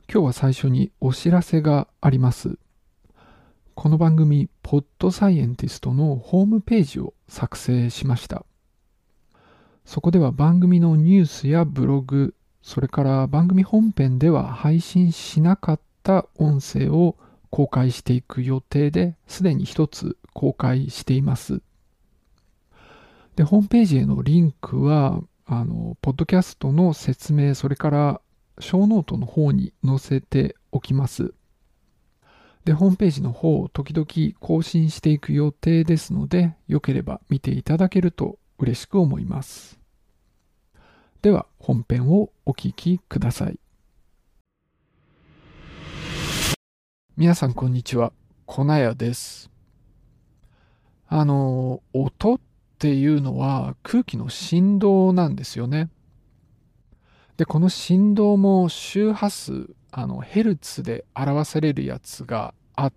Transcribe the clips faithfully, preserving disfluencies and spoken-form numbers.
今日は最初にお知らせがあります。この番組、ポッドサイエンティストのホームページを作成しました。そこでは番組のニュースやブログ、それから番組本編では配信しなかった音声を公開していく予定で、すでに一つ公開しています。で、ホームページへのリンクは、あの、ポッドキャストの説明、それから小ノートの方に載せておきます。で、ホームページの方を時々更新していく予定ですので、よければ見ていただけると嬉しく思います。では、本編をお聞きください。皆さん、こんにちは。粉屋です。あの、音っていうのは空気の振動なんですよね。で、この振動も周波数、あの、ヘルツで表されるやつがあって、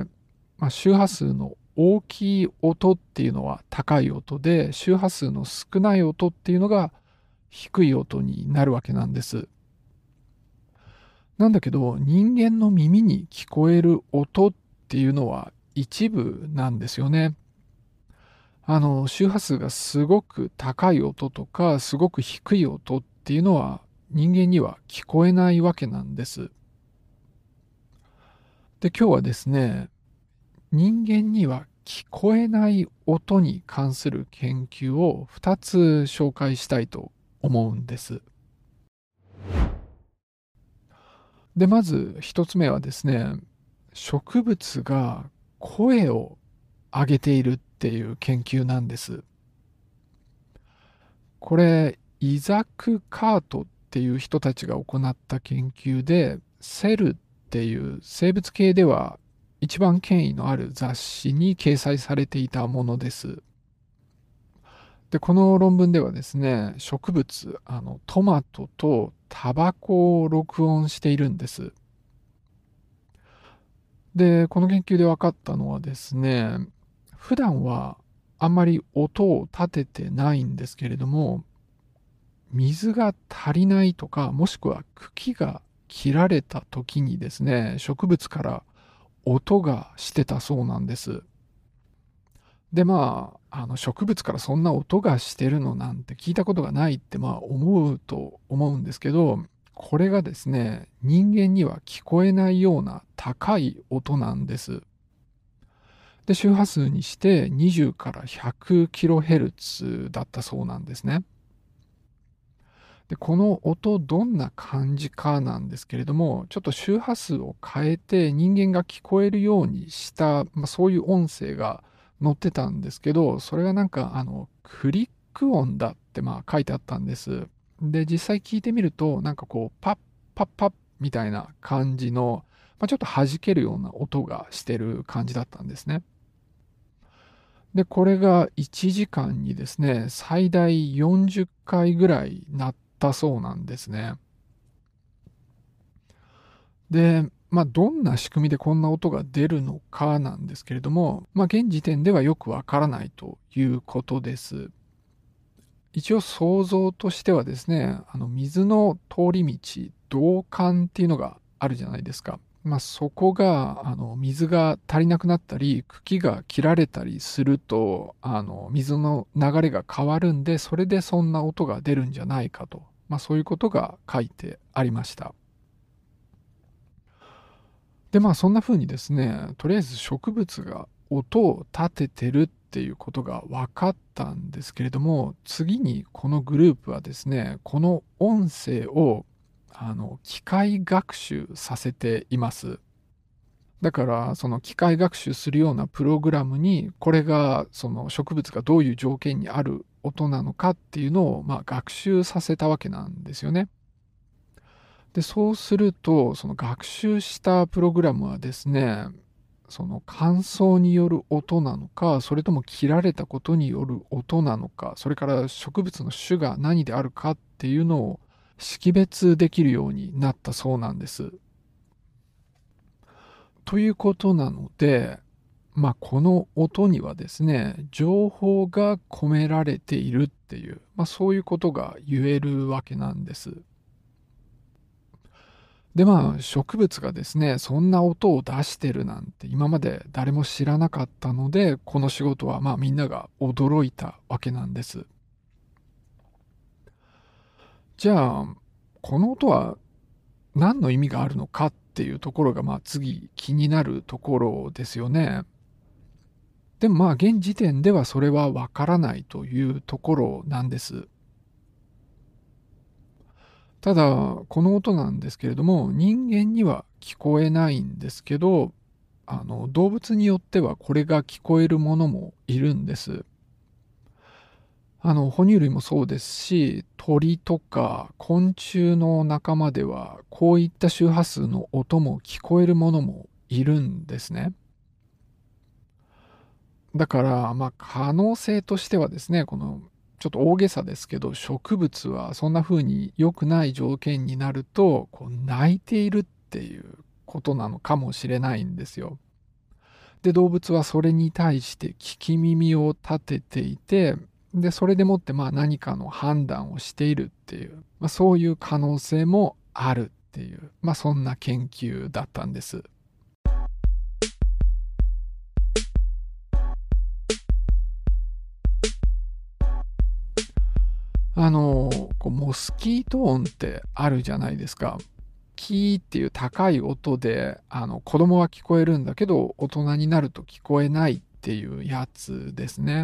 まあ、周波数の大きい音っていうのは高い音で、周波数の少ない音っていうのが低い音になるわけなんです。なんだけど、人間の耳に聞こえる音っていうのは一部なんですよね。あの、周波数がすごく高い音とか、すごく低い音っていうのは人間には聞こえないわけなんです。で、今日はですね、人間には聞こえない音に関する研究をふたつ紹介したいと思うんです。で、まずひとつめはですね、植物が声を上げているっていう研究なんです。これ、イザク・カートっていう人たちが行った研究で、セルっていう生物系では一番権威のある雑誌に掲載されていたものです。で、この論文ではですね、植物、あの、トマトとタバコを録音しているんです。で、この研究で分かったのはですね、普段はあんまり音を立ててないんですけれども、水が足りないとか、もしくは茎が切られた時にですね、植物から音がしてたそうなんです。で、まあ、あの植物からそんな音がしてるのなんて聞いたことがないってまあ思うと思うんですけど、これがですね、人間には聞こえないような高い音なんです。で、周波数にしてにじゅうからひゃくキロヘルツだったそうなんですね。で、この音どんな感じかなんですけれども、ちょっと周波数を変えて人間が聞こえるようにした、まあ、そういう音声が載ってたんですけど、それがなんかあのクリック音だってまあ書いてあったんです。で、実際聞いてみると、なんかこうパッパッパッみたいな感じの、まあ、ちょっと弾けるような音がしてる感じだったんですね。で、これがいちじかんにですね、最大よんじゅっかいぐらい鳴ったそうなんですね。で、まあ、どんな仕組みでこんな音が出るのかなんですけれども、まあ、現時点ではよくわからないということです。一応想像としてはですね、あの水の通り道、導管っていうのがあるじゃないですか。まあ、そこがあの水が足りなくなったり、茎が切られたりすると、あの水の流れが変わるんで、それでそんな音が出るんじゃないかと、まあ、そういうことが書いてありました。で、まあそんな風にですね、とりあえず植物が音を立ててるっていうことが分かったんですけれども、次にこのグループはですね、この音声をあの機械学習させています。だからその機械学習するようなプログラムに、これがその植物がどういう条件にある音なのかっていうのをまあ学習させたわけなんですよね。で、そうすると、その学習したプログラムはですね、その乾燥による音なのか、それとも切られたことによる音なのか、それから植物の種が何であるかっていうのを識別できるようになったそうなんです。ということなので、まあ、この音にはですね、情報が込められているっていう、まあ、そういうことが言えるわけなんです。 で、まあ、植物がですね、そんな音を出してるなんて今まで誰も知らなかったので、この仕事はまあみんなが驚いたわけなんです。じゃあ、この音は何の意味があるのかっていうところがまあ次気になるところですよね。でもまあ現時点ではそれはわからないというところなんです。ただ、この音なんですけれども、人間には聞こえないんですけど、あの、動物によってはこれが聞こえるものもいるんです。あの、哺乳類もそうですし、鳥とか昆虫の仲間では、こういった周波数の音も聞こえるものもいるんですね。だから、まあ、可能性としてはですね、この、ちょっと大げさですけど、植物はそんな風に良くない条件になると、こう泣いているっていうことなのかもしれないんですよ。で、動物はそれに対して聞き耳を立てていて、で、それでもってまあ何かの判断をしているっていう、まあ、そういう可能性もあるっていう、まあそんな研究だったんです。あの、こうモスキート音ってあるじゃないですか。キーっていう高い音で、あの、子供は聞こえるんだけど、大人になると聞こえないっていうやつですね。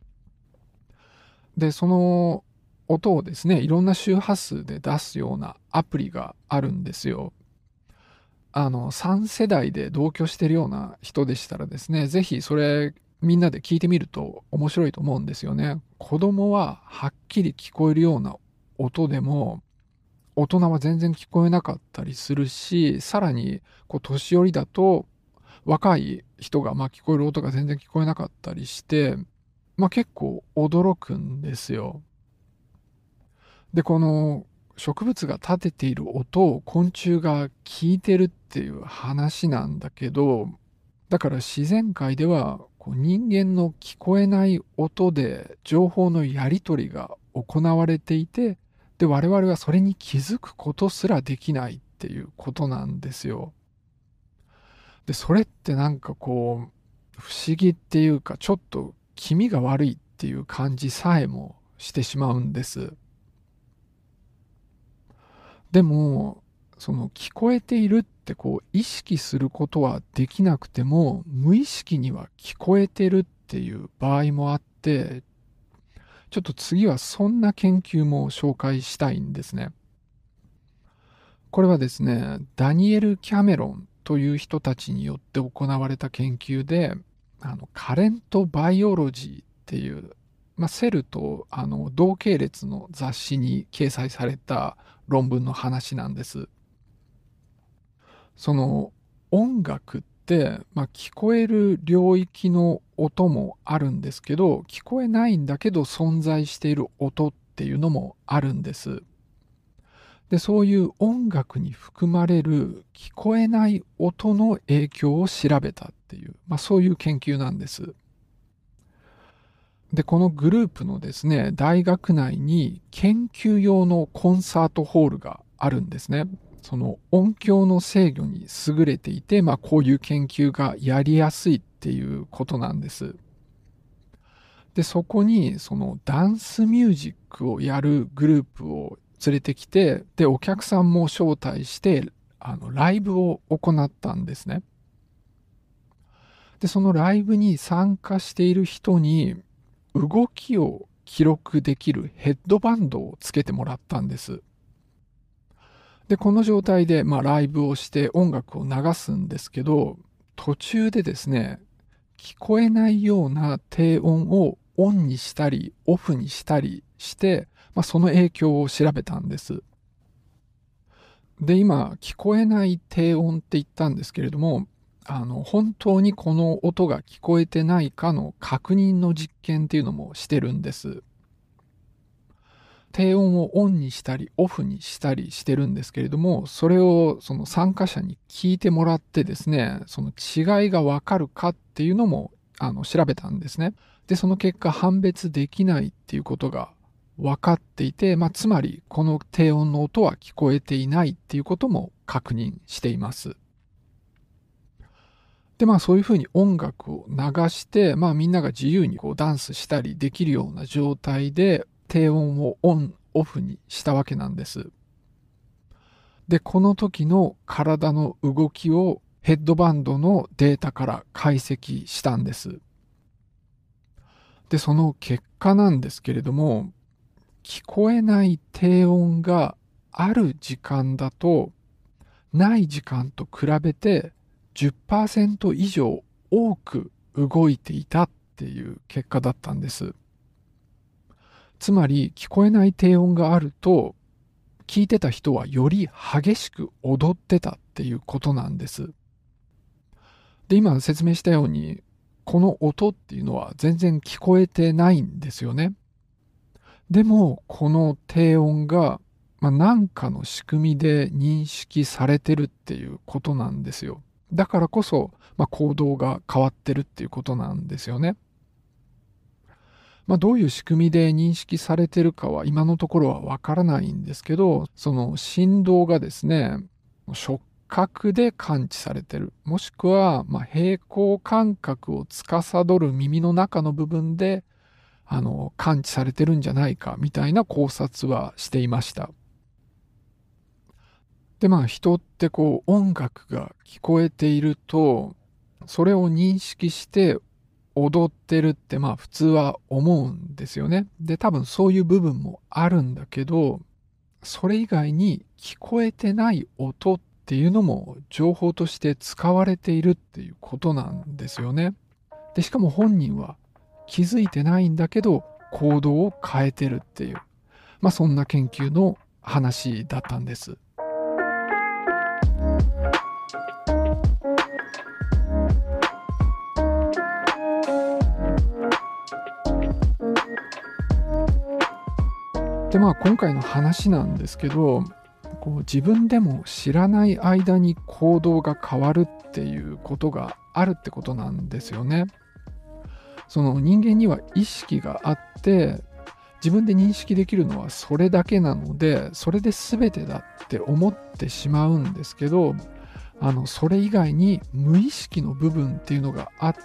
で、その音をですね、いろんな周波数で出すようなアプリがあるんですよ。あの、さん世代で同居してるような人でしたらですね、ぜひそれみんなで聞いてみると面白いと思うんですよね。子供ははっきり聞こえるような音でも、大人は全然聞こえなかったりするし、さらに、こう、年寄りだと、若い人が、まあ、聞こえる音が全然聞こえなかったりして、まあ、結構驚くんですよ。で、この植物が立てている音を昆虫が聞いてるっていう話なんだけど、だから自然界ではこう人間の聞こえない音で情報のやり取りが行われていて、で、我々はそれに気づくことすらできないっていうことなんですよ。で、それってなんかこう、不思議っていうか、ちょっと気味が悪いっていう感じさえもしてしまうんです。でも、その聞こえているってこう意識することはできなくても、無意識には聞こえてるっていう場合もあって、ちょっと次はそんな研究も紹介したいんですね。これはですね、ダニエル・キャメロンという人たちによって行われた研究で、あの、カレント・バイオロジーっていう、まあ、セルとあの同系列の雑誌に掲載された論文の話なんです。その音楽って、まあ、聞こえる領域の音もあるんですけど、聞こえないんだけど存在している音っていうのもあるんです。で、そういう音楽に含まれる聞こえない音の影響を調べたっていう、まあ、そういう研究なんです。で、このグループのですね、大学内に研究用のコンサートホールがあるんですね。その音響の制御に優れていて、まあこういう研究がやりやすいっていうことなんです。で、そこにそのダンスミュージックをやるグループを連れてきて、で、お客さんも招待して、あの、ライブを行ったんですね。で、そのライブに参加している人に動きを記録できるヘッドバンドをつけてもらったんです。で、この状態で、まあ、ライブをして音楽を流すんですけど、途中でですね、聞こえないような低音をオンにしたり、オフにしたりして、まあ、その影響を調べたんです。で、今、聞こえない低音って言ったんですけれども、あの、本当にこの音が聞こえてないかの確認の実験っていうのもしてるんです。低音をオンにしたりオフにしたりしてるんですけれども、それをその参加者に聞いてもらってですね、その違いがわかるかっていうのもあの調べたんですね。で、その結果判別できないっていうことが分かっていて、まあ、つまりこの低音の音は聞こえていないっていうことも確認しています。で、まあそういうふうに音楽を流して、まあみんなが自由にこうダンスしたりできるような状態で低音をオン、オフにしたわけなんです。で、この時の体の動きをヘッドバンドのデータから解析したんです。で、その結果なんですけれども、聞こえない低音がある時間だと、ない時間と比べてじゅっパーセント以上多く動いていたっていう結果だったんです。つまり聞こえない低音があると、聞いてた人はより激しく踊ってたっていうことなんです。で、今説明したように、この音っていうのは全然聞こえてないんですよね。でも、この低音が、まあ、何かの仕組みで認識されてるっていうことなんですよ。だからこそ、まあ、行動が変わってるっていうことなんですよね。まあ、どういう仕組みで認識されてるかは今のところはわからないんですけど、その振動がですね、触覚で感知されてる。もしくは、まあ、平衡感覚を司る耳の中の部分で、あの、感知されてるんじゃないかみたいな考察はしていました。で、まあ人ってこう音楽が聞こえていると、それを認識して踊ってるってまあ普通は思うんですよね。で、多分そういう部分もあるんだけど、それ以外に聞こえてない音っていうのも情報として使われているっていうことなんですよね。で、しかも本人は気づいてないんだけど行動を変えてるっていう、まあそんな研究の話だったんです。でまあ今回の話なんですけど、こう自分でも知らない間に行動が変わるっていうことがあるってことなんですよね。その人間には意識があって、自分で認識できるのはそれだけなので、それで全てだって思ってしまうんですけど、あのそれ以外に無意識の部分っていうのがあって、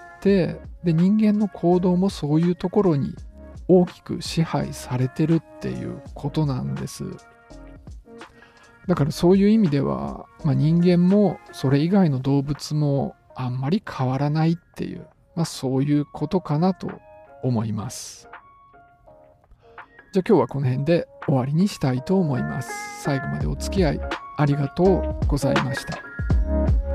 で人間の行動もそういうところに大きく支配されてるっていうことなんです。だからそういう意味では、まあ、人間もそれ以外の動物もあんまり変わらないっていう、まあ、そういうことかなと思います。じゃあ今日はこの辺で終わりにしたいと思います。最後までお付き合いありがとうございました。